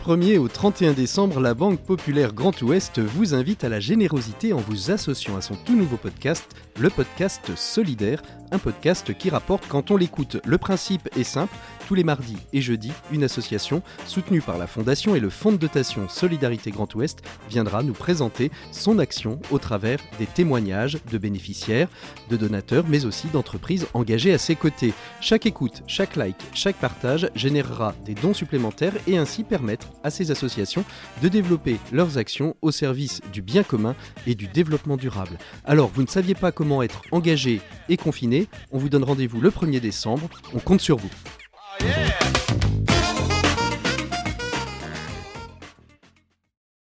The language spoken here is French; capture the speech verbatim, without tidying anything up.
premier au trente et un décembre, la Banque Populaire Grand Ouest vous invite à la générosité en vous associant à son tout nouveau podcast, le podcast Solidaire, un podcast qui rapporte quand on l'écoute. Le principe est simple, tous les mardis et jeudis, une association soutenue par la Fondation et le Fonds de dotation Solidarité Grand Ouest viendra nous présenter son action au travers des témoignages de bénéficiaires, de donateurs, mais aussi d'entreprises engagées à ses côtés. Chaque écoute, chaque like, chaque partage générera des dons supplémentaires et ainsi permettre à ces associations de développer leurs actions au service du bien commun et du développement durable. Alors, vous ne saviez pas comment être engagé et confiné, on vous donne rendez-vous le premier décembre, on compte sur vous.